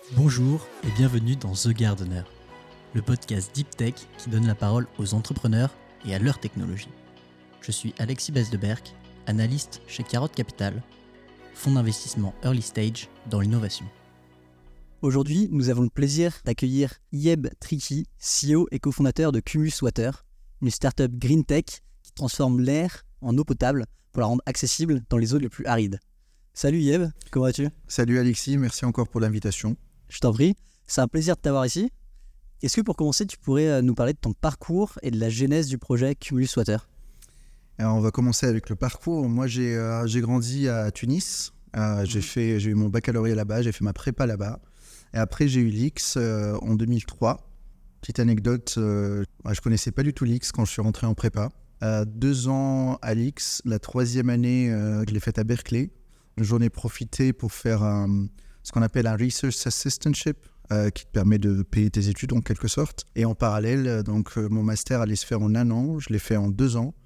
Bonjour et bienvenue dans The Gardener, le podcast Deep Tech qui donne la parole aux entrepreneurs et à leur technologie. Je suis Alexis Besdeberg, analyste chez Carotte Capital, fonds d'investissement early stage dans l'innovation. Aujourd'hui, nous avons le plaisir d'accueillir Yeb Triki, CEO et cofondateur de Cumulus Water, une startup green tech qui transforme l'air en eau potable pour la rendre accessible dans les zones les plus arides. Salut Yeb, comment vas-tu ? Salut Alexis, merci encore pour l'invitation. Je t'en prie, c'est un plaisir de t'avoir ici. Est-ce que pour commencer, tu pourrais nous parler de ton parcours et de la genèse du projet Cumulus Water ? Alors, on va commencer avec le parcours. Moi, j'ai grandi à Tunis. J'ai eu mon baccalauréat là-bas, j'ai fait ma prépa là-bas. Et après, j'ai eu l'IX en 2003. Petite anecdote, je ne connaissais pas du tout l'IX quand je suis rentré en prépa. 2 ans à l'IX, la 3e année, je l'ai faite à Berkeley. J'en ai profité pour faire ce qu'on appelle un Research Assistantship, qui te permet de payer tes études en quelque sorte. Et en parallèle, mon master allait se faire en 1 an, je l'ai fait en 2 ans.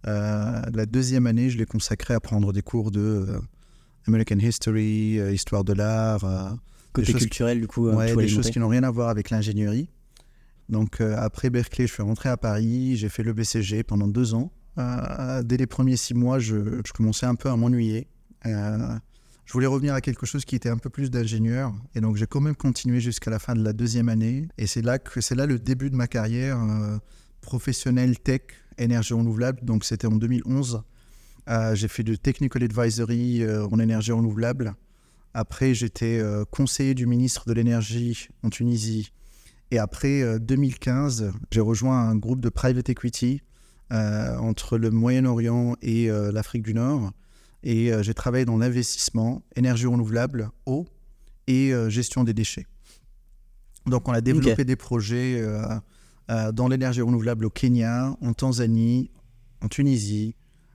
La 2e année, je l'ai consacrée à prendre des cours de American History, Histoire de l'art. Côté culturel, du coup, des choses qui n'ont rien à voir avec l'ingénierie. Donc après Berkeley, je suis rentré à Paris, j'ai fait le BCG pendant 2 ans. Dès les premiers 6 mois, je commençais un peu à m'ennuyer. Je voulais revenir à quelque chose qui était un peu plus d'ingénieur, et donc j'ai quand même continué jusqu'à la fin de la 2e année, et c'est là le début de ma carrière professionnelle tech, énergie renouvelable. Donc c'était en 2011. J'ai fait de technical advisory en énergie renouvelable. Après j'étais conseiller du ministre de l'énergie en Tunisie, et après 2015 j'ai rejoint un groupe de private equity entre le Moyen-Orient et l'Afrique du Nord. Et j'ai travaillé dans l'investissement, énergie renouvelable, eau et gestion des déchets. Donc on a développé des projets dans l'énergie renouvelable au Kenya, en Tanzanie, en Tunisie.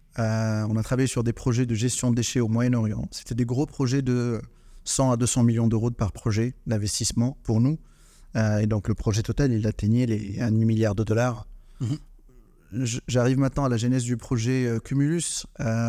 On a travaillé sur des projets de gestion de déchets au Moyen-Orient. C'était des gros projets de 100 à 200 millions d'euros par projet d'investissement pour nous. Et donc le projet total, il atteignait les 1 milliard de dollars. J'arrive maintenant à la genèse du projet Cumulus.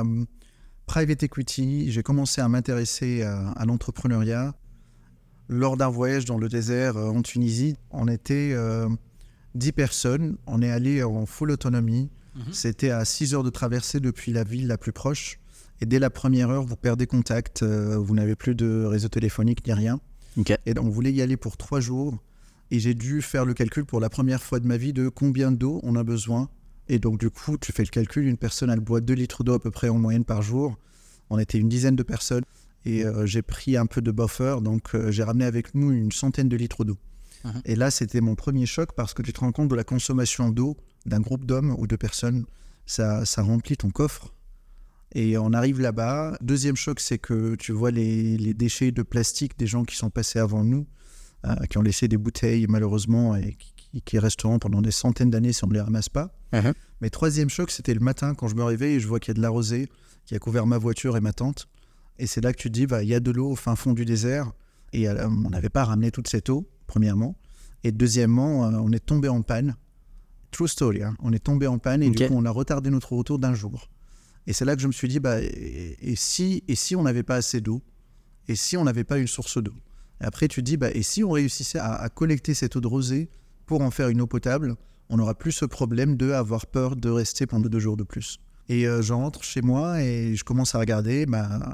Private equity, j'ai commencé à m'intéresser à l'entrepreneuriat lors d'un voyage dans le désert en Tunisie. On était 10 personnes, on est allé en full autonomie. C'était à 6 heures de traversée depuis la ville la plus proche. Et dès la première heure, vous perdez contact, vous n'avez plus de réseau téléphonique ni rien. Et donc, on voulait y aller pour 3 jours. Et j'ai dû faire le calcul pour la première fois de ma vie de combien d'eau on a besoin. Et donc, du coup, tu fais le calcul, une personne, elle boit 2 litres d'eau à peu près en moyenne par jour. On était une dizaine de personnes et j'ai pris un peu de buffer. Donc, j'ai ramené avec nous une centaine de litres d'eau. Et là, c'était mon premier choc parce que tu te rends compte de la consommation d'eau d'un groupe d'hommes ou de personnes. Ça remplit ton coffre. Et on arrive là-bas. Deuxième choc, c'est que tu vois les déchets de plastique des gens qui sont passés avant nous, qui ont laissé des bouteilles, malheureusement, et qui resteront pendant des centaines d'années si on ne les ramasse pas. Mais troisième choc, c'était le matin quand je me réveille et je vois qu'il y a de la rosée qui a couvert ma voiture et ma tente. Et c'est là que tu te dis, il y a de l'eau au fin fond du désert. Et on n'avait pas ramené toute cette eau, premièrement. Et deuxièmement, on est tombé en panne. True story, hein. On est tombé en panne et du coup, on a retardé notre retour d'1 jour. Et c'est là que je me suis dit, et si on n'avait pas assez d'eau ? Et si on n'avait pas une source d'eau ? Et après, tu te dis, et si on réussissait à collecter cette eau de rosée pour en faire une eau potable, on n'aura plus ce problème d'avoir peur de rester pendant 2 jours de plus. Et je rentre chez moi et je commence à regarder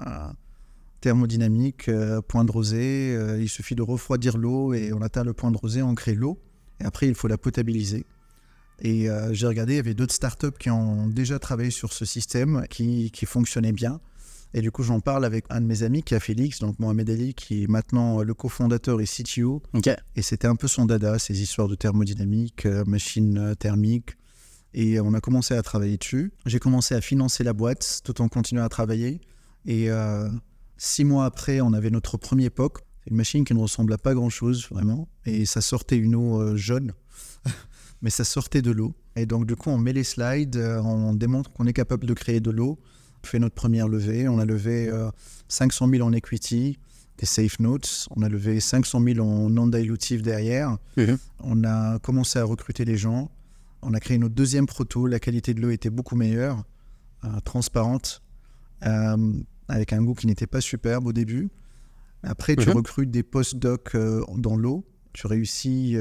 thermodynamique, point de rosée. Il suffit de refroidir l'eau et on atteint le point de rosée, on crée l'eau. Et après, il faut la potabiliser. Et j'ai regardé, il y avait d'autres startups qui ont déjà travaillé sur ce système qui fonctionnait bien. Et du coup, j'en parle avec un de mes amis qui a fait l'X, donc Mohamed Ali, qui est maintenant le cofondateur et CTO. Et c'était un peu son dada, ces histoires de thermodynamique, machine thermique. Et on a commencé à travailler dessus. J'ai commencé à financer la boîte tout en continuant à travailler. Et 6 mois après, on avait notre premier POC. C'est une machine qui ne ressemble à pas grand-chose, vraiment. Et ça sortait une eau jaune, mais ça sortait de l'eau. Et donc, du coup, on met les slides, on démontre qu'on est capable de créer de l'eau. On fait notre première levée. On a levé 500 000 en equity, des safe notes. On a levé 500 000 en non-dilutive derrière. On a commencé à recruter les gens. On a créé notre 2e proto. La qualité de l'eau était beaucoup meilleure, transparente, avec un goût qui n'était pas superbe au début. Après, tu recrutes des post-docs dans l'eau. Tu réussis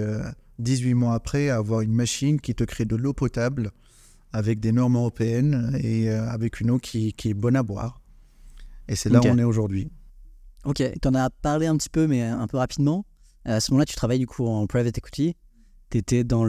18 mois après à avoir une machine qui te crée de l'eau potable avec des normes européennes et avec une eau qui est bonne à boire. Et c'est là où on est aujourd'hui. Ok, tu en as parlé un petit peu, mais un peu rapidement. À ce moment-là, tu travailles du coup en private equity. Tu étais dans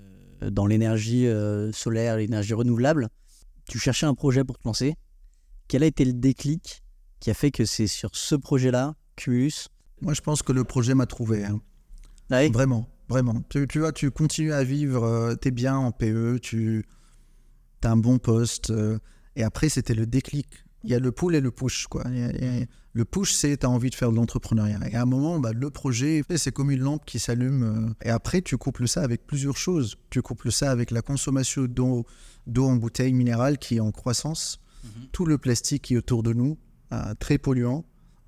l'énergie solaire, l'énergie renouvelable. Tu cherchais un projet pour te lancer. Quel a été le déclic qui a fait que c'est sur ce projet-là, Cumulus? Moi, je pense que le projet m'a trouvé. Hein. Ah oui? Vraiment. Tu vois, tu continues à vivre, t'es bien en PE, t'as un bon poste. Et après, c'était le déclic. Il y a le pull et le push, quoi. Le push, c'est t'as envie de faire de l'entrepreneuriat. Et à un moment, le projet, c'est comme une lampe qui s'allume. Et après, tu couples ça avec plusieurs choses. Tu couples ça avec la consommation d'eau en bouteille minérale qui est en croissance. Tout le plastique qui est autour de nous, très polluant.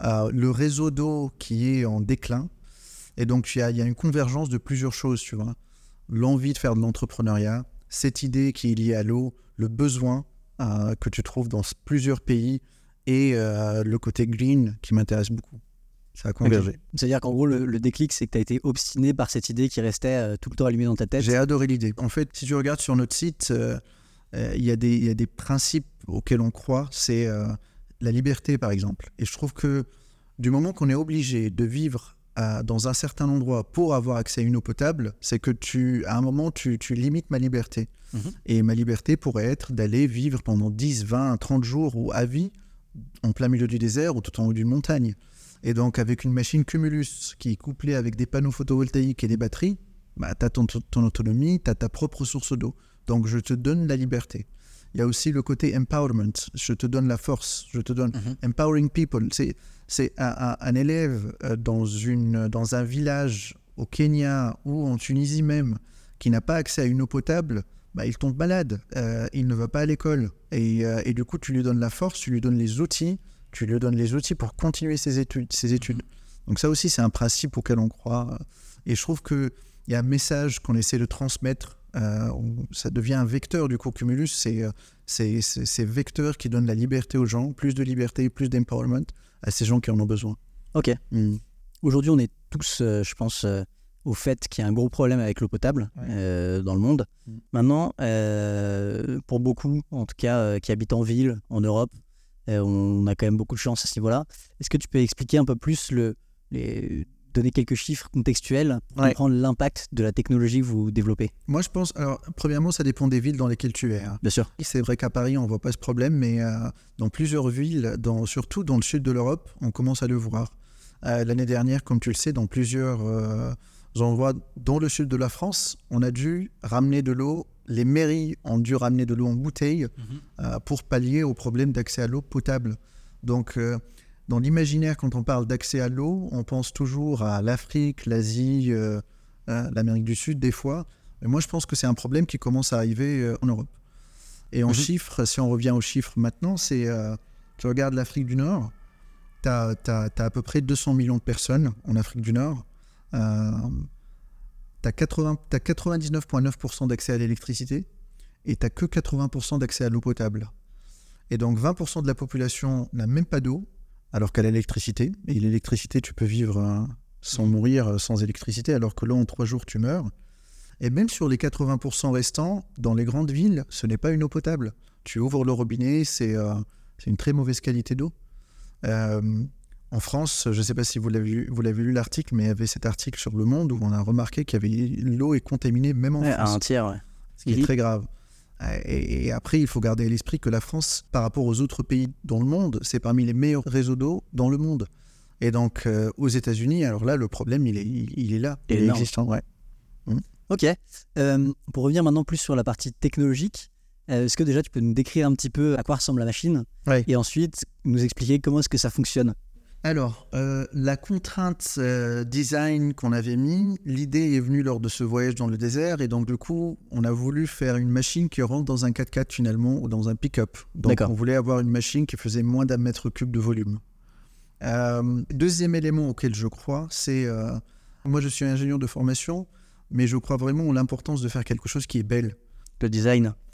Le réseau d'eau qui est en déclin. Et donc, il y a une convergence de plusieurs choses, tu vois. L'envie de faire de l'entrepreneuriat, cette idée qui est liée à l'eau, le besoin que tu trouves dans plusieurs pays et le côté green qui m'intéresse beaucoup. Ça a convergé. Okay. C'est-à-dire qu'en gros, le déclic, c'est que tu as été obstiné par cette idée qui restait tout le temps allumée dans ta tête. J'ai adoré l'idée. En fait, si tu regardes sur notre site, il y a des principes auxquels on croit. C'est la liberté, par exemple. Et je trouve que du moment qu'on est obligé de vivre dans un certain endroit pour avoir accès à une eau potable, c'est que à un moment, tu limites ma liberté. Et ma liberté pourrait être d'aller vivre pendant 10, 20, 30 jours ou à vie en plein milieu du désert ou tout en haut d'une montagne. Et donc, avec une machine Cumulus qui est couplée avec des panneaux photovoltaïques et des batteries, tu as ton autonomie, tu as ta propre source d'eau. Donc, je te donne la liberté. Il y a aussi le côté empowerment. Je te donne la force. Je te donne empowering people. C'est un élève dans un village au Kenya ou en Tunisie même qui n'a pas accès à une eau potable. Il tombe malade, il ne va pas à l'école. Et du coup, tu lui donnes la force, tu lui donnes les outils pour continuer ses études. Donc ça aussi, c'est un principe auquel on croit. Et je trouve qu'il y a un message qu'on essaie de transmettre. Ça devient un vecteur du coup, Cumulus. C'est vecteur qui donne la liberté aux gens, plus de liberté, plus d'empowerment à ces gens qui en ont besoin. Ok. Aujourd'hui, on est tous, je pense... au fait qu'il y a un gros problème avec l'eau potable dans le monde. Maintenant, pour beaucoup, en tout cas, qui habitent en ville, en Europe, on a quand même beaucoup de chance à ce niveau-là. Est-ce que tu peux expliquer un peu plus, donner quelques chiffres contextuels pour comprendre l'impact de la technologie que vous développez? Moi, je pense, alors, premièrement, ça dépend des villes dans lesquelles tu es. Hein. Bien sûr. C'est vrai qu'à Paris, on ne voit pas ce problème, mais dans plusieurs villes, surtout dans le sud de l'Europe, on commence à le voir. L'année dernière, comme tu le sais, dans plusieurs... endroits dans le sud de la France, on a dû ramener de l'eau, les mairies ont dû ramener de l'eau en bouteille pour pallier au problème d'accès à l'eau potable. Donc, dans l'imaginaire, quand on parle d'accès à l'eau, on pense toujours à l'Afrique, l'Asie, l'Amérique du Sud des fois. Mais moi, je pense que c'est un problème qui commence à arriver en Europe. Et en chiffres, si on revient aux chiffres maintenant, tu regardes l'Afrique du Nord, tu as à peu près 200 millions de personnes en Afrique du Nord. Tu as 99,9% d'accès à l'électricité et tu n'as que 80% d'accès à l'eau potable. Et donc 20% de la population n'a même pas d'eau, alors qu'à l'électricité. Et l'électricité, tu peux vivre sans mourir sans électricité, alors que là, en 3 jours, tu meurs. Et même sur les 80% restants, dans les grandes villes, ce n'est pas une eau potable. Tu ouvres le robinet, c'est une très mauvaise qualité d'eau. En France, je ne sais pas si vous l'avez lu l'article, mais il y avait cet article sur Le Monde où on a remarqué l'eau est contaminée même en France. À un tiers, Ce qui est très grave. Et après, il faut garder à l'esprit que la France, par rapport aux autres pays dans le monde, c'est parmi les meilleurs réseaux d'eau dans le monde. Et donc, aux États-Unis, alors là, le problème, il est là. Il est existant, ouais. Ok. Pour revenir maintenant plus sur la partie technologique, est-ce que déjà tu peux nous décrire un petit peu à quoi ressemble la machine et ensuite nous expliquer comment est-ce que ça fonctionne? Alors, la contrainte design qu'on avait mis, l'idée est venue lors de ce voyage dans le désert et donc du coup, on a voulu faire une machine qui rentre dans un 4x4 finalement ou dans un pick-up. Donc on voulait avoir une machine qui faisait moins d'1 mètre cube de volume. Deuxième élément auquel je crois, c'est... moi je suis ingénieur de formation, mais je crois vraiment en l'importance de faire quelque chose qui est belle. Le design.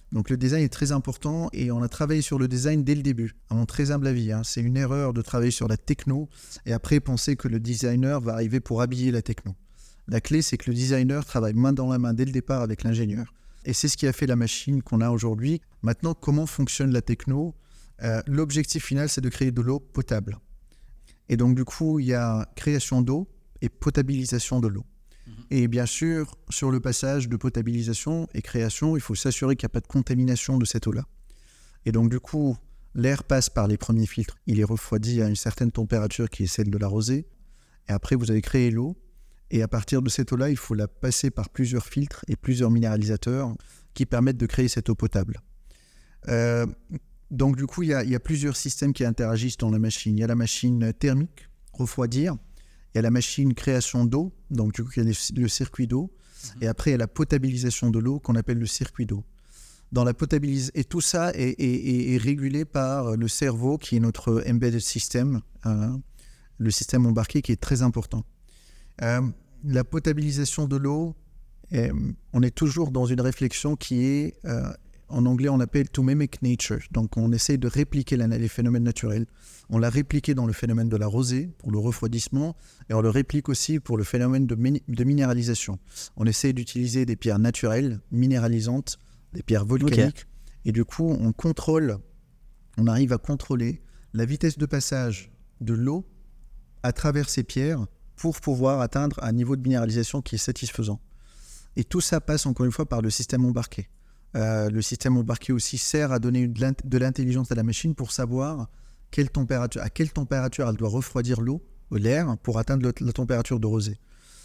Donc le design est très important et on a travaillé sur le design dès le début. À mon très humble avis, c'est une erreur de travailler sur la techno et après penser que le designer va arriver pour habiller la techno. La clé, c'est que le designer travaille main dans la main dès le départ avec l'ingénieur. Et c'est ce qui a fait la machine qu'on a aujourd'hui. Maintenant, comment fonctionne la techno ? L'objectif final, c'est de créer de l'eau potable. Et donc, du coup, il y a création d'eau et potabilisation de l'eau. Et bien sûr, sur le passage de potabilisation et création, il faut s'assurer qu'il n'y a pas de contamination de cette eau-là. Et donc, du coup, l'air passe par les premiers filtres. Il est refroidi à une certaine température qui est celle de la rosée. Et après, vous avez créé l'eau. Et à partir de cette eau-là, il faut la passer par plusieurs filtres et plusieurs minéralisateurs qui permettent de créer cette eau potable. Donc, du coup, il y a plusieurs systèmes qui interagissent dans la machine. Il y a la machine thermique, refroidir. Il y a la machine création d'eau, donc du coup, il y a le circuit d'eau. Et après, il y a la potabilisation de l'eau qu'on appelle le circuit d'eau. Dans la et tout ça est régulé par le cerveau, qui est notre embedded system, le système embarqué qui est très important. La potabilisation de l'eau, on est toujours dans une réflexion qui est, en anglais on appelle to mimic nature. Donc on essaie de répliquer les phénomènes naturels. On l'a répliqué dans le phénomène de la rosée pour le refroidissement et on le réplique aussi pour le phénomène de minéralisation. On essaie d'utiliser des pierres naturelles, minéralisantes, des pierres volcaniques. Et du coup on arrive à contrôler la vitesse de passage de l'eau à travers ces pierres pour pouvoir atteindre un niveau de minéralisation qui est satisfaisant. Et tout ça passe encore une fois par le système embarqué. Le système embarqué aussi sert à donner de l'intelligence à la machine pour savoir à quelle température elle doit refroidir l'air pour atteindre la température de rosée.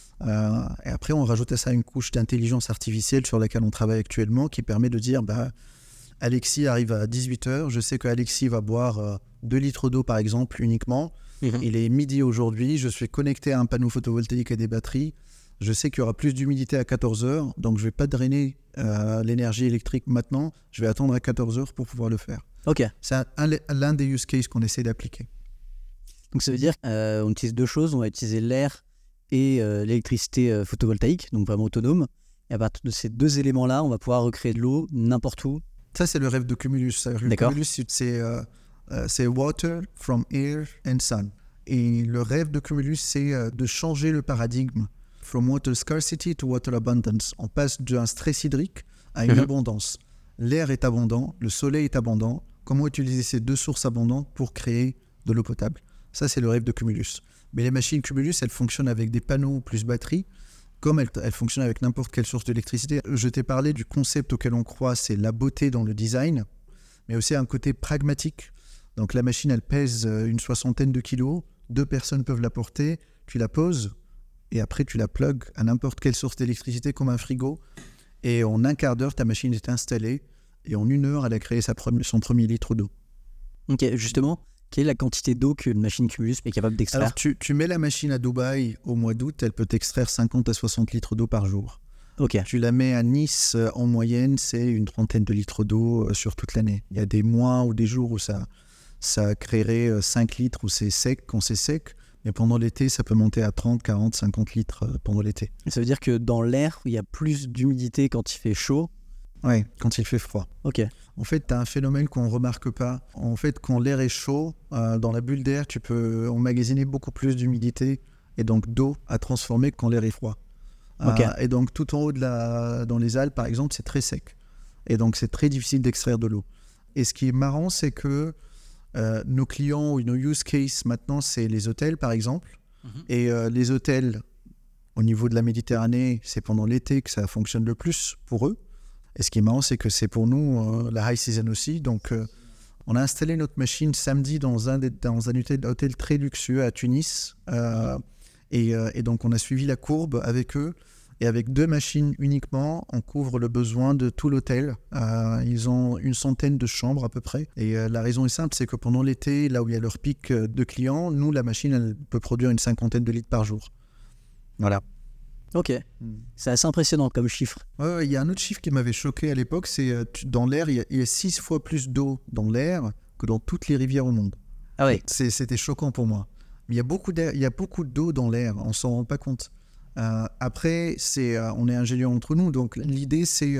Et après, on rajoute à ça une couche d'intelligence artificielle sur laquelle on travaille actuellement qui permet de dire Alexis arrive à 18h, je sais qu'Alexis va boire 2 litres d'eau par exemple uniquement. Il est midi aujourd'hui, je suis connecté à un panneau photovoltaïque et des batteries. Je sais qu'il y aura plus d'humidité à 14h, donc je ne vais pas drainer l'énergie électrique maintenant. Je vais attendre à 14h pour pouvoir le faire. Ok. C'est l'un des use cases qu'on essaie d'appliquer. Donc ça veut dire qu'on utilise 2 choses. On va utiliser l'air et l'électricité photovoltaïque, donc vraiment autonome. Et à partir de ces 2 éléments-là, on va pouvoir recréer de l'eau n'importe où. Ça, c'est le rêve de Cumulus. D'accord. Cumulus, c'est water from air and sun. Et le rêve de Cumulus, c'est de changer le paradigme. From water scarcity to water abundance. On passe d'un stress hydrique à une abondance. L'air est abondant, le soleil est abondant. Comment utiliser ces 2 sources abondantes pour créer de l'eau potable ? Ça, c'est le rêve de Cumulus. Mais les machines Cumulus, elles fonctionnent avec des panneaux plus batteries, comme elles fonctionnent avec n'importe quelle source d'électricité. Je t'ai parlé du concept auquel on croit, c'est la beauté dans le design, mais aussi un côté pragmatique. Donc la machine, elle pèse une 60aine de kilos, 2 personnes peuvent la porter, tu la poses, et après tu la plugs à n'importe quelle source d'électricité comme un frigo, et en un quart d'heure, ta machine est installée, et en 1 heure, elle a créé son premier litre d'eau. Ok, justement, quelle est la quantité d'eau qu'une machine Cumulus est capable d'extraire ? Alors tu mets la machine à Dubaï au mois d'août, elle peut t'extraire 50 à 60 litres d'eau par jour. Ok. Tu la mets à Nice, en moyenne, c'est une 30aine de litres d'eau sur toute l'année. Il y a des mois ou des jours où ça créerait 5 litres où c'est sec, quand c'est sec. Mais pendant l'été, ça peut monter à 30, 40, 50 litres pendant l'été. Ça veut dire que dans l'air, il y a plus d'humidité quand il fait chaud ? Oui, quand il fait froid. Ok. En fait, tu as un phénomène qu'on ne remarque pas. En fait, quand l'air est chaud, dans la bulle d'air, tu peux emmagasiner beaucoup plus d'humidité et donc d'eau à transformer quand l'air est froid. Okay. Et donc, tout en haut dans les Alpes, par exemple, c'est très sec. Et donc, c'est très difficile d'extraire de l'eau. Et ce qui est marrant, c'est que nos clients ou nos use cases maintenant, c'est les hôtels par exemple. Et les hôtels au niveau de la Méditerranée, c'est pendant l'été que ça fonctionne le plus pour eux. Et ce qui est marrant, c'est que c'est pour nous la high season aussi. Donc on a installé notre machine samedi dans un hôtel très luxueux à Tunis. Et donc on a suivi la courbe avec eux. Et avec 2 machines uniquement, on couvre le besoin de tout l'hôtel. Ils ont une 100aine de chambres à peu près. Et la raison est simple, c'est que pendant l'été, là où il y a leur pic de clients, nous, la machine, elle peut produire une 50aine de litres par jour. Voilà. Ok. C'est assez impressionnant comme chiffre. Il y a un autre chiffre qui m'avait choqué à l'époque, c'est dans l'air, il y a 6 fois plus d'eau dans l'air que dans toutes les rivières au monde. Ah oui. C'était choquant pour moi. Mais il y a beaucoup d'eau dans l'air, on ne s'en rend pas compte. Après, on est ingénieurs entre nous, donc l'idée c'est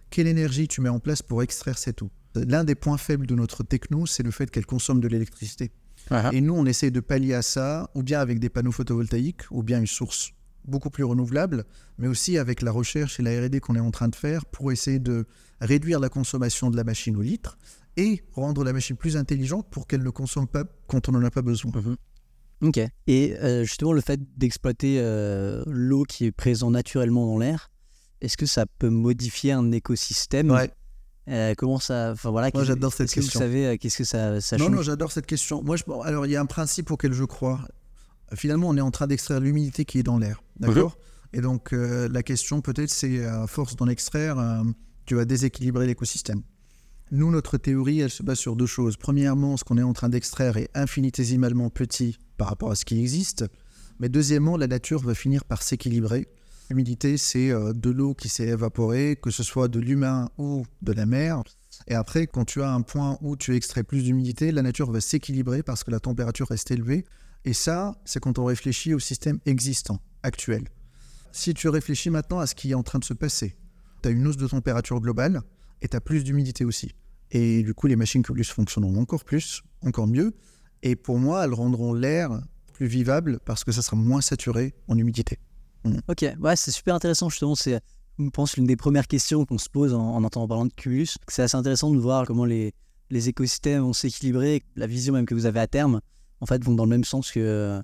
quelle énergie tu mets en place pour extraire cette eau. L'un des points faibles de notre techno, c'est le fait qu'elle consomme de l'électricité. Et nous, on essaie de pallier à ça, ou bien avec des panneaux photovoltaïques, ou bien une source beaucoup plus renouvelable, mais aussi avec la recherche et la R&D qu'on est en train de faire pour essayer de réduire la consommation de la machine au litre et rendre la machine plus intelligente pour qu'elle ne consomme pas quand on n'en a pas besoin. Ok. Et justement, le fait d'exploiter l'eau qui est présente naturellement dans l'air, est-ce que ça peut modifier un écosystème ? Comment ça... Enfin, voilà, moi, j'adore cette question. Est-ce que vous savez qu'est-ce que ça change ? Non, j'adore cette question. Alors, il y a un principe auquel je crois. Finalement, on est en train d'extraire l'humidité qui est dans l'air. D'accord ? Et donc, la question, peut-être, c'est à force d'en extraire, tu vas déséquilibrer l'écosystème. Nous, notre théorie, elle se base sur deux choses. Premièrement, ce qu'on est en train d'extraire est infinitésimalement petit par rapport à ce qui existe. Mais deuxièmement, la nature va finir par s'équilibrer. L'humidité, c'est de l'eau qui s'est évaporée, que ce soit de l'humain ou de la mer. Et après, quand tu as un point où tu extrais plus d'humidité, la nature va s'équilibrer parce que la température reste élevée. Et ça, c'est quand on réfléchit au système existant, actuel. Si tu réfléchis maintenant à ce qui est en train de se passer, tu as une hausse de température globale et tu as plus d'humidité aussi. Et du coup, les machines Cumulus fonctionneront encore plus, encore mieux. Et pour moi, elles rendront l'air plus vivable parce que ça sera moins saturé en humidité. Ok, ouais, c'est super intéressant justement. C'est, je pense, l'une des premières questions qu'on se pose en entendant parler de Cumulus. C'est assez intéressant de voir comment les écosystèmes vont s'équilibrer. La vision même que vous avez à terme, en fait, vont dans le même sens que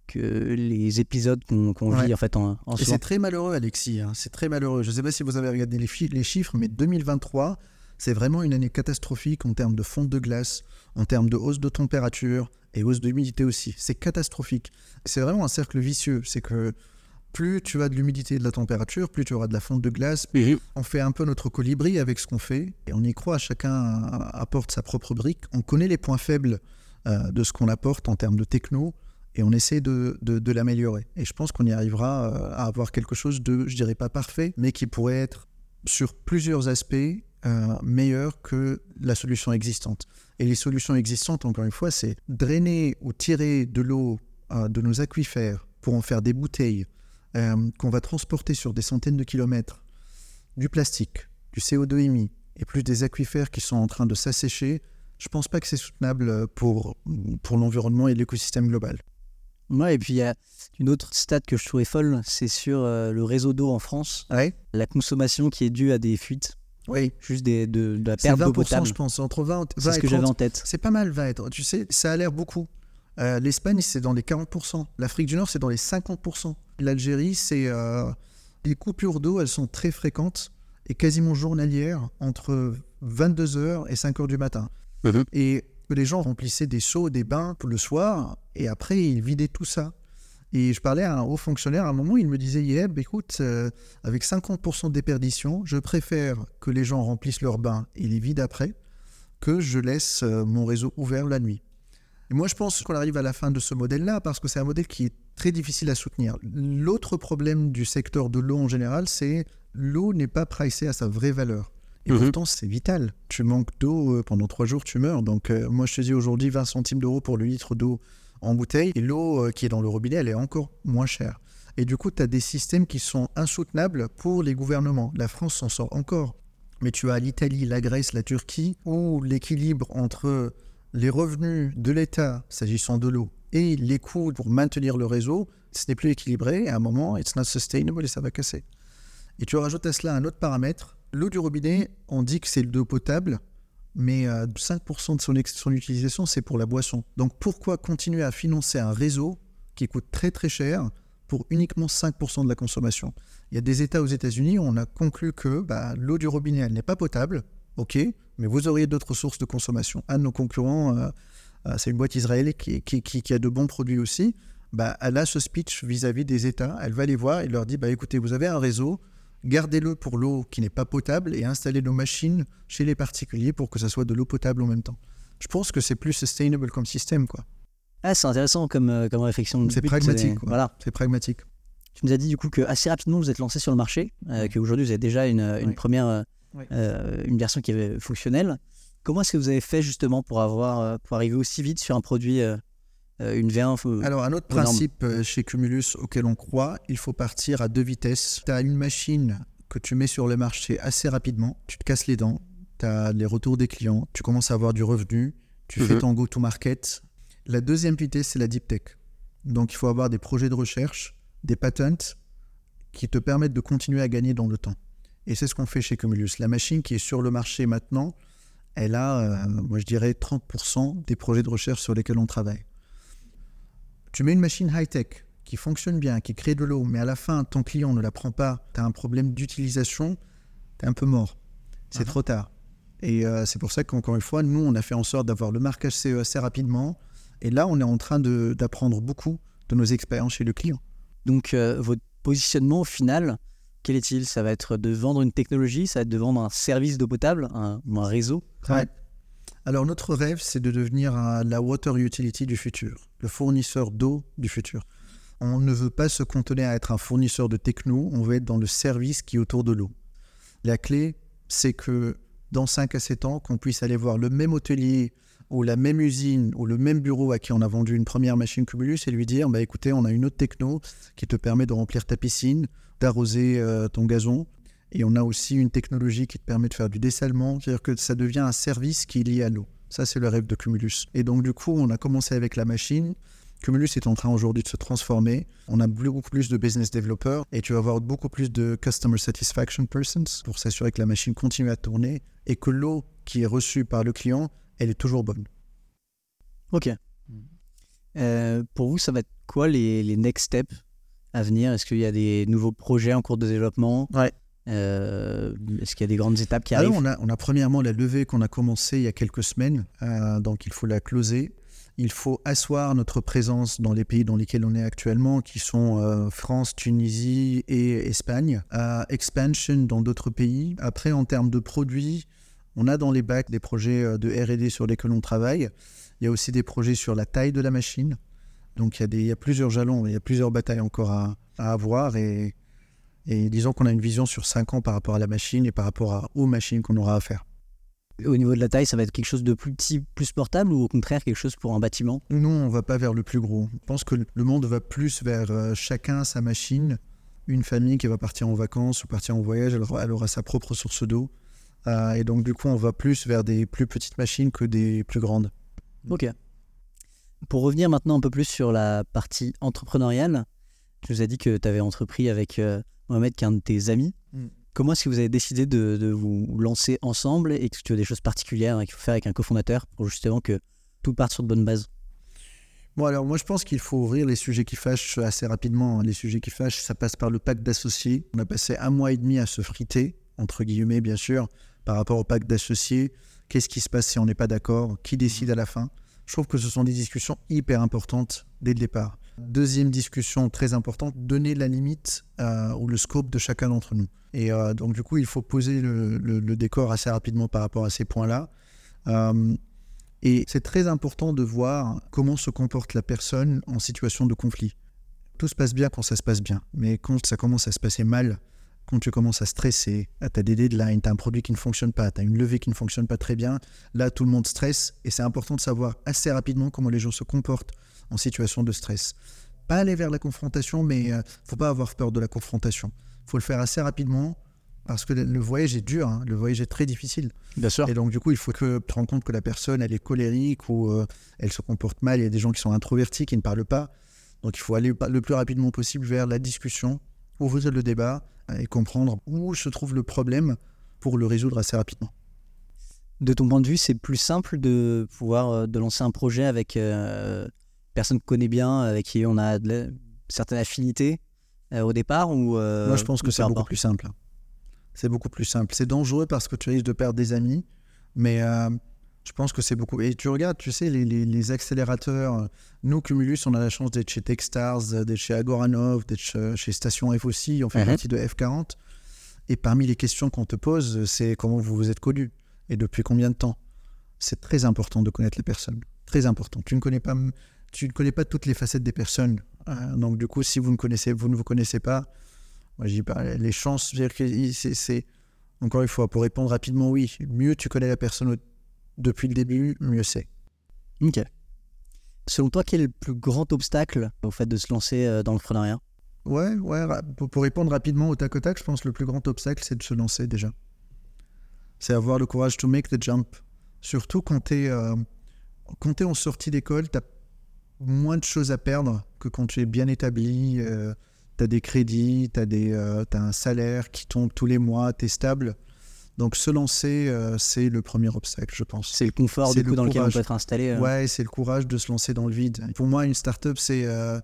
les épisodes qu'on vit en fait en Et c'est très malheureux, Alexis. C'est très malheureux. Je ne sais pas si vous avez regardé les chiffres, mais 2023, c'est vraiment une année catastrophique en termes de fonte de glace, en termes de hausse de température et hausse d'humidité aussi. C'est catastrophique. C'est vraiment un cercle vicieux. C'est que plus tu as de l'humidité et de la température, plus tu auras de la fonte de glace. On fait un peu notre colibri avec ce qu'on fait et on y croit. Chacun apporte sa propre brique. On connaît les points faibles de ce qu'on apporte en termes de techno et on essaie de l'améliorer. Et je pense qu'on y arrivera à avoir quelque chose de, je dirais pas parfait, mais qui pourrait être sur plusieurs aspects meilleur que la solution existante. Et les solutions existantes, encore une fois, c'est drainer ou tirer de l'eau de nos aquifères pour en faire des bouteilles qu'on va transporter sur des centaines de kilomètres, du plastique, du CO2 émis, et plus des aquifères qui sont en train de s'assécher. Je ne pense pas que c'est soutenable pour l'environnement et l'écosystème global. Ouais, et puis il y a une autre stat que je trouvais folle, c'est sur le réseau d'eau en France. Ouais. La consommation qui est due à des fuites. Oui. Juste de la perte d'eau potable. Je pense, entre 20 et 30. C'est ce que j'avais en tête. C'est pas mal, 20 et 30. Tu sais, ça a l'air beaucoup. L'Espagne, c'est dans les 40%. L'Afrique du Nord, c'est dans les 50%. L'Algérie, c'est... les coupures d'eau, elles sont très fréquentes et quasiment journalières entre 22h et 5h du matin. Et que les gens remplissaient des seaux, des bains pour le soir et après, ils vidaient tout ça. Et je parlais à un haut fonctionnaire, à un moment, il me disait « Yeb, écoute, avec 50% de déperdition, je préfère que les gens remplissent leurs bains et les vident après que je laisse mon réseau ouvert la nuit. » Et moi, je pense qu'on arrive à la fin de ce modèle-là parce que c'est un modèle qui est très difficile à soutenir. L'autre problème du secteur de l'eau en général, c'est l'eau n'est pas pricée à sa vraie valeur. Et pourtant, c'est vital. Tu manques d'eau pendant 3 jours, tu meurs. Donc, moi, je te dis aujourd'hui 20 centimes d'euros pour le litre d'eau en bouteille. Et l'eau qui est dans le robinet, elle est encore moins chère. Et du coup, tu as des systèmes qui sont insoutenables pour les gouvernements. La France s'en sort encore. Mais tu as l'Italie, la Grèce, la Turquie, où l'équilibre entre les revenus de l'État, s'agissant de l'eau, et les coûts pour maintenir le réseau, ce n'est plus équilibré. Et à un moment, it's not sustainable et ça va casser. Et tu rajoutes à cela un autre paramètre. L'eau du robinet, on dit que c'est de l'eau potable, mais 5% de son utilisation, c'est pour la boisson. Donc pourquoi continuer à financer un réseau qui coûte très très cher pour uniquement 5% de la consommation ? Il y a des États aux États-Unis où on a conclu que l'eau du robinet, elle n'est pas potable, ok, mais vous auriez d'autres sources de consommation. Un de nos concurrents, c'est une boîte israélienne qui a de bons produits aussi, elle a ce speech vis-à-vis des États, elle va les voir et leur dit écoutez, vous avez un réseau, gardez-le pour l'eau qui n'est pas potable et installez nos machines chez les particuliers pour que ça soit de l'eau potable en même temps. Je pense que c'est plus sustainable comme système, quoi. Ah, c'est intéressant comme réflexion. C'est pragmatique. Voilà. C'est pragmatique. Tu nous as dit du coup que assez rapidement vous êtes lancé sur le marché, qu'aujourd'hui vous avez déjà une première une version qui est fonctionnelle. Comment est-ce que vous avez fait justement pour arriver aussi vite sur un produit, une V1 Alors un autre principe chez Cumulus auquel on croit, il faut partir à 2 vitesses. Tu as une machine que tu mets sur le marché assez rapidement. Tu te casses les dents, tu as les retours des clients, tu commences à avoir du revenu, tu fais ton go-to-market. La deuxième vitesse, c'est la deep tech. Donc, il faut avoir des projets de recherche, des patents qui te permettent de continuer à gagner dans le temps. Et c'est ce qu'on fait chez Cumulus. La machine qui est sur le marché maintenant, elle a, moi je dirais, 30% des projets de recherche sur lesquels on travaille. Tu mets une machine high-tech qui fonctionne bien, qui crée de l'eau, mais à la fin, ton client ne la prend pas, tu as un problème d'utilisation, tu es un peu mort. C'est trop tard. Et c'est pour ça qu'encore une fois, nous, on a fait en sorte d'avoir le marquage CE assez rapidement. Et là, on est en train d'apprendre beaucoup de nos expériences chez le client. Donc, votre positionnement au final, quel est-il ? Ça va être de vendre une technologie, ça va être de vendre un service d'eau potable, un réseau. Ouais. Alors, notre rêve, c'est de devenir la water utility du futur, le fournisseur d'eau du futur. On ne veut pas se cantonner à être un fournisseur de techno, on veut être dans le service qui est autour de l'eau. La clé, c'est que dans 5 à 7 ans, qu'on puisse aller voir le même hôtelier ou la même usine ou le même bureau à qui on a vendu une première machine Cumulus et lui dire bah, écoutez, on a une autre techno qui te permet de remplir ta piscine, d'arroser ton gazon. Et on a aussi une technologie qui te permet de faire du dessalement, c'est-à-dire que ça devient un service qui est lié à l'eau. Ça, c'est le rêve de Cumulus. Et donc, du coup, on a commencé avec la machine. Cumulus est en train aujourd'hui de se transformer. On a beaucoup plus de business developers et tu vas avoir beaucoup plus de customer satisfaction persons pour s'assurer que la machine continue à tourner et que l'eau qui est reçue par le client, elle est toujours bonne. Ok. Pour vous, ça va être quoi les next steps à venir ? Est-ce qu'il y a des nouveaux projets en cours de développement ? Ouais. Est-ce qu'il y a des grandes étapes qui arrivent ? Alors, on a premièrement la levée qu'on a commencée il y a quelques semaines. Donc, il faut la closer. Il faut asseoir notre présence dans les pays dans lesquels on est actuellement, qui sont France, Tunisie et Espagne. Expansion dans d'autres pays. Après, en termes de produits, on a dans les bacs des projets de R&D sur lesquels on travaille. Il y a aussi des projets sur la taille de la machine. Donc, il y a plusieurs jalons, il y a plusieurs batailles encore à avoir. Et disons qu'on a une vision sur 5 ans par rapport à la machine et par rapport aux machines qu'on aura à faire. Au niveau de la taille, ça va être quelque chose de plus petit, plus portable ou au contraire quelque chose pour un bâtiment ? Non, on ne va pas vers le plus gros. Je pense que le monde va plus vers chacun sa machine. Une famille qui va partir en vacances ou partir en voyage, elle aura sa propre source d'eau. Et donc, du coup, on va plus vers des plus petites machines que des plus grandes. Ok. Pour revenir maintenant un peu plus sur la partie entrepreneuriale, tu nous as dit que tu avais entrepris avec Mohamed, qui est un de tes amis. Comment est-ce que vous avez décidé de vous lancer ensemble et que tu as des choses particulières qu'il faut faire avec un cofondateur pour justement que tout parte sur de bonnes bases ? Bon, alors moi je pense qu'il faut ouvrir les sujets qui fâchent assez rapidement. Les sujets qui fâchent, ça passe par le pacte d'associés. On a passé 1 mois et demi à se friter, entre guillemets bien sûr, par rapport au pacte d'associés. Qu'est-ce qui se passe si on n'est pas d'accord ? Qui décide à la fin ? Je trouve que ce sont des discussions hyper importantes dès le départ. Deuxième discussion très importante, donner la limite ou le scope de chacun d'entre nous. Et donc du coup, il faut poser le décor assez rapidement par rapport à ces points-là. Et c'est très important de voir comment se comporte la personne en situation de conflit. Tout se passe bien quand ça se passe bien, mais quand ça commence à se passer mal, quand tu commences à stresser, tu as des deadlines, tu as un produit qui ne fonctionne pas, tu as une levée qui ne fonctionne pas très bien, là tout le monde stresse et c'est important de savoir assez rapidement comment les gens se comportent en situation de stress. Pas aller vers la confrontation, mais faut pas avoir peur de la confrontation. Faut le faire assez rapidement parce que le voyage est dur, le voyage est très difficile. Bien sûr. Et donc du coup, il faut que tu te rends compte que la personne, elle est colérique ou elle se comporte mal. Il y a des gens qui sont introvertis, qui ne parlent pas. Donc il faut aller le plus rapidement possible vers la discussion, ouvrir le débat et comprendre où se trouve le problème pour le résoudre assez rapidement. De ton point de vue, c'est plus simple de pouvoir de lancer un projet avec personne qu'on connaît bien, avec qui on a certaines affinités au départ ou Moi, je pense que c'est beaucoup plus simple. C'est beaucoup plus simple. C'est dangereux parce que tu risques de perdre des amis, mais je pense que c'est beaucoup... Et tu regardes, tu sais, les accélérateurs. Nous, Cumulus, on a la chance d'être chez Techstars, d'être chez Agoranov, d'être chez Station F aussi. On fait partie de F40. Et parmi les questions qu'on te pose, c'est comment vous vous êtes connus et depuis combien de temps. C'est très important de connaître les personnes. Très important. Tu ne connais pas toutes les facettes des personnes. Donc, du coup, si vous ne vous connaissez pas, moi, je dis pas, les chances, c'est encore une fois, pour répondre rapidement, oui, mieux tu connais la personne depuis le début, mieux c'est. Ok. Selon toi, quel est le plus grand obstacle au fait de se lancer dans l'entrepreneuriat ? Ouais, pour répondre rapidement au tac au tac, je pense que le plus grand obstacle, c'est de se lancer déjà. C'est avoir le courage to make the jump. Surtout quand t'es en sortie d'école, t'as moins de choses à perdre que quand tu es bien établi. T'as des crédits, t'as un salaire qui tombe tous les mois, t'es stable. Donc se lancer, c'est le premier obstacle, je pense. C'est le confort du coup dans lequel on peut être installé. Ouais, c'est le courage de se lancer dans le vide. Pour moi, une startup, c'est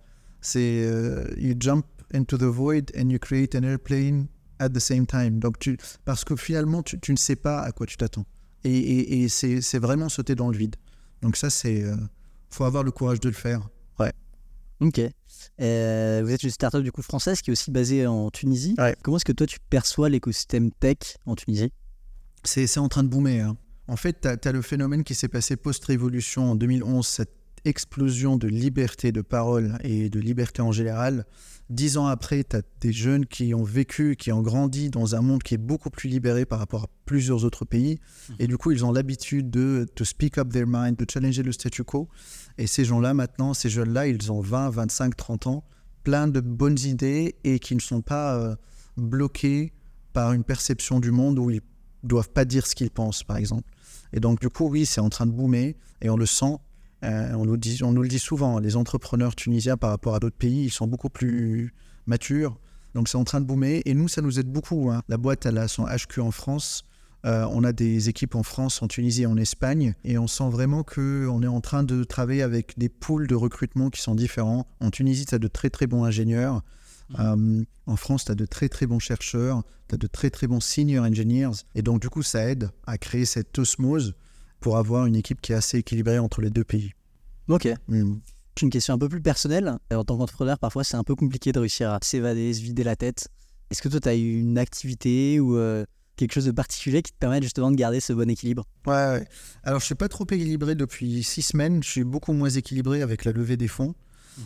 you jump into the void and you create an airplane at the same time. Donc parce que finalement, tu ne sais pas à quoi tu t'attends. Et c'est vraiment sauter dans le vide. Donc ça, faut avoir le courage de le faire. Ouais. Ok. Vous êtes une startup du coup française qui est aussi basée en Tunisie. Ouais. Comment est-ce que toi tu perçois l'écosystème tech en Tunisie ? C'est en train de boomer. Hein. En fait, tu as le phénomène qui s'est passé post-révolution en 2011, cette explosion de liberté de parole et de liberté en général. 10 ans après, tu as des jeunes qui ont vécu, qui ont grandi dans un monde qui est beaucoup plus libéré par rapport à plusieurs autres pays. Et du coup, ils ont l'habitude de speak up their mind, de challenger le statu quo. Et ces gens-là, maintenant, ces jeunes-là, ils ont 20, 25, 30 ans, plein de bonnes idées et qui ne sont pas bloqués par une perception du monde où ils ne doivent pas dire ce qu'ils pensent, par exemple. Et donc, du coup, oui, c'est en train de boomer et on le sent. On nous le dit souvent, les entrepreneurs tunisiens par rapport à d'autres pays, ils sont beaucoup plus matures. Donc, c'est en train de boomer. Et nous, ça nous aide beaucoup. Hein. La boîte, elle a son HQ en France. On a des équipes en France, en Tunisie et en Espagne. Et on sent vraiment qu'on est en train de travailler avec des pools de recrutement qui sont différents. En Tunisie, tu as de très, très bons ingénieurs. En France, tu as de très, très bons chercheurs. Tu as de très, très bons senior engineers. Et donc, du coup, ça aide à créer cette osmose pour avoir une équipe qui est assez équilibrée entre les deux pays. Ok. Une question un peu plus personnelle. En tant qu'entrepreneur, parfois, c'est un peu compliqué de réussir à s'évader, se vider la tête. Est-ce que toi, tu as eu une activité ou quelque chose de particulier qui te permet justement de garder ce bon équilibre ? Ouais. Alors, je ne suis pas trop équilibré depuis 6 semaines. Je suis beaucoup moins équilibré avec la levée des fonds.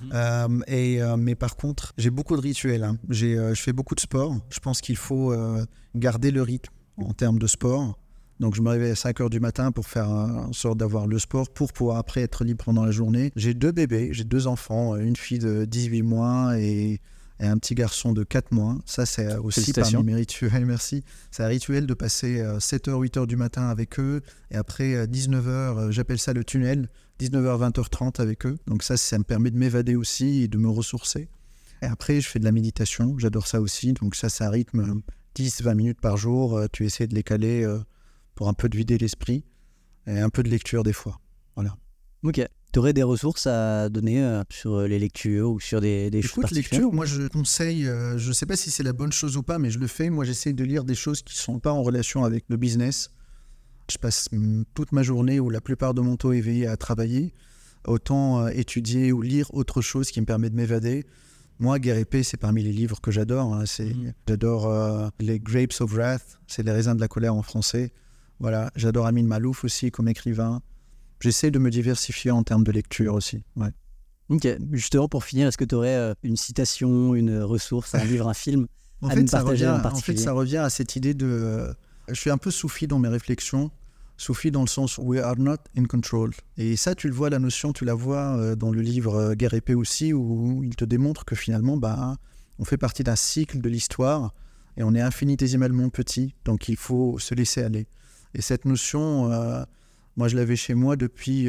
Mais par contre, j'ai beaucoup de rituels. Hein. Je fais beaucoup de sport. Je pense qu'il faut garder le rythme en termes de sport. Donc, je me réveille à 5h du matin pour faire en sorte d'avoir le sport pour pouvoir après être libre pendant la journée. J'ai 2 bébés, j'ai 2 enfants, une fille de 18 mois et un petit garçon de 4 mois. Ça, c'est aussi parmi mes rituels, merci. C'est un rituel de passer 7h, 8h du matin avec eux. Et après 19h, j'appelle ça le tunnel, 19h, 20h30 avec eux. Donc ça me permet de m'évader aussi et de me ressourcer. Et après, je fais de la méditation, j'adore ça aussi. Donc ça, c'est un rythme 10-20 minutes par jour. Tu essaies de les caler pour un peu de vider l'esprit et un peu de lecture des fois. Voilà. Ok. Tu aurais des ressources à donner sur les lectures ou sur des choses particulières ? Lecture, moi je conseille, je ne sais pas si c'est la bonne chose ou pas, mais je le fais. Moi j'essaie de lire des choses qui ne sont pas en relation avec le business. Je passe toute ma journée ou la plupart de mon temps éveillé à travailler. Autant étudier ou lire autre chose qui me permet de m'évader. Moi, Guerre et Paix, c'est parmi les livres que j'adore. Hein. J'adore les Grapes of Wrath, c'est les raisins de la colère en français. Voilà, j'adore Amin Malouf aussi comme écrivain. J'essaie de me diversifier en termes de lecture aussi. Ouais. Ok, justement pour finir, est-ce que tu aurais une citation, une ressource, un livre, un film à nous partager en particulier ? En fait, ça revient à cette idée de... je suis un peu soufi dans mes réflexions. Soufi dans le sens « we are not in control ». Et ça, tu le vois, la notion, tu la vois dans le livre Guerre et Paix aussi, où il te démontre que finalement, on fait partie d'un cycle de l'histoire et on est infinitésimalement petit, donc il faut se laisser aller. Et cette notion, moi je l'avais chez moi depuis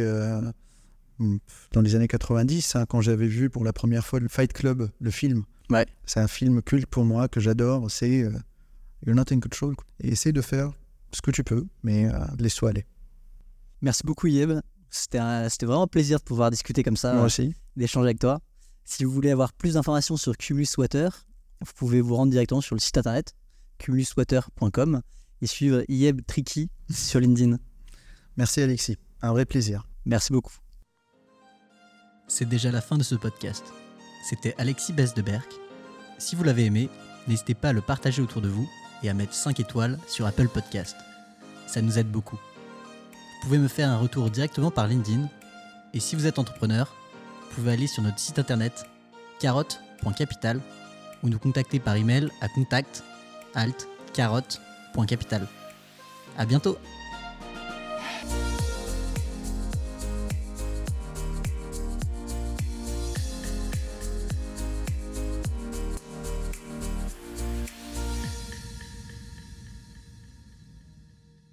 dans les années 90, hein, quand j'avais vu pour la première fois le Fight Club, le film. Ouais. C'est un film culte pour moi que j'adore, c'est You're not in control. Et essaye de faire ce que tu peux, mais laisse-toi aller. Merci beaucoup Yeb, c'était vraiment un plaisir de pouvoir discuter comme ça, moi aussi. D'échanger avec toi. Si vous voulez avoir plus d'informations sur Cumulus Water, vous pouvez vous rendre directement sur le site internet cumuluswater.com et suivre Yeb Tricky sur LinkedIn. Merci Alexis, un vrai plaisir. Merci beaucoup. C'est déjà la fin de ce podcast. C'était Alexis Besdeberg. Si vous l'avez aimé, n'hésitez pas à le partager autour de vous et à mettre 5 étoiles sur Apple Podcast. Ça nous aide beaucoup. Vous pouvez me faire un retour directement par LinkedIn. Et si vous êtes entrepreneur, vous pouvez aller sur notre site internet carotte.capital ou nous contacter par email à contact@carotte.capital. À bientôt!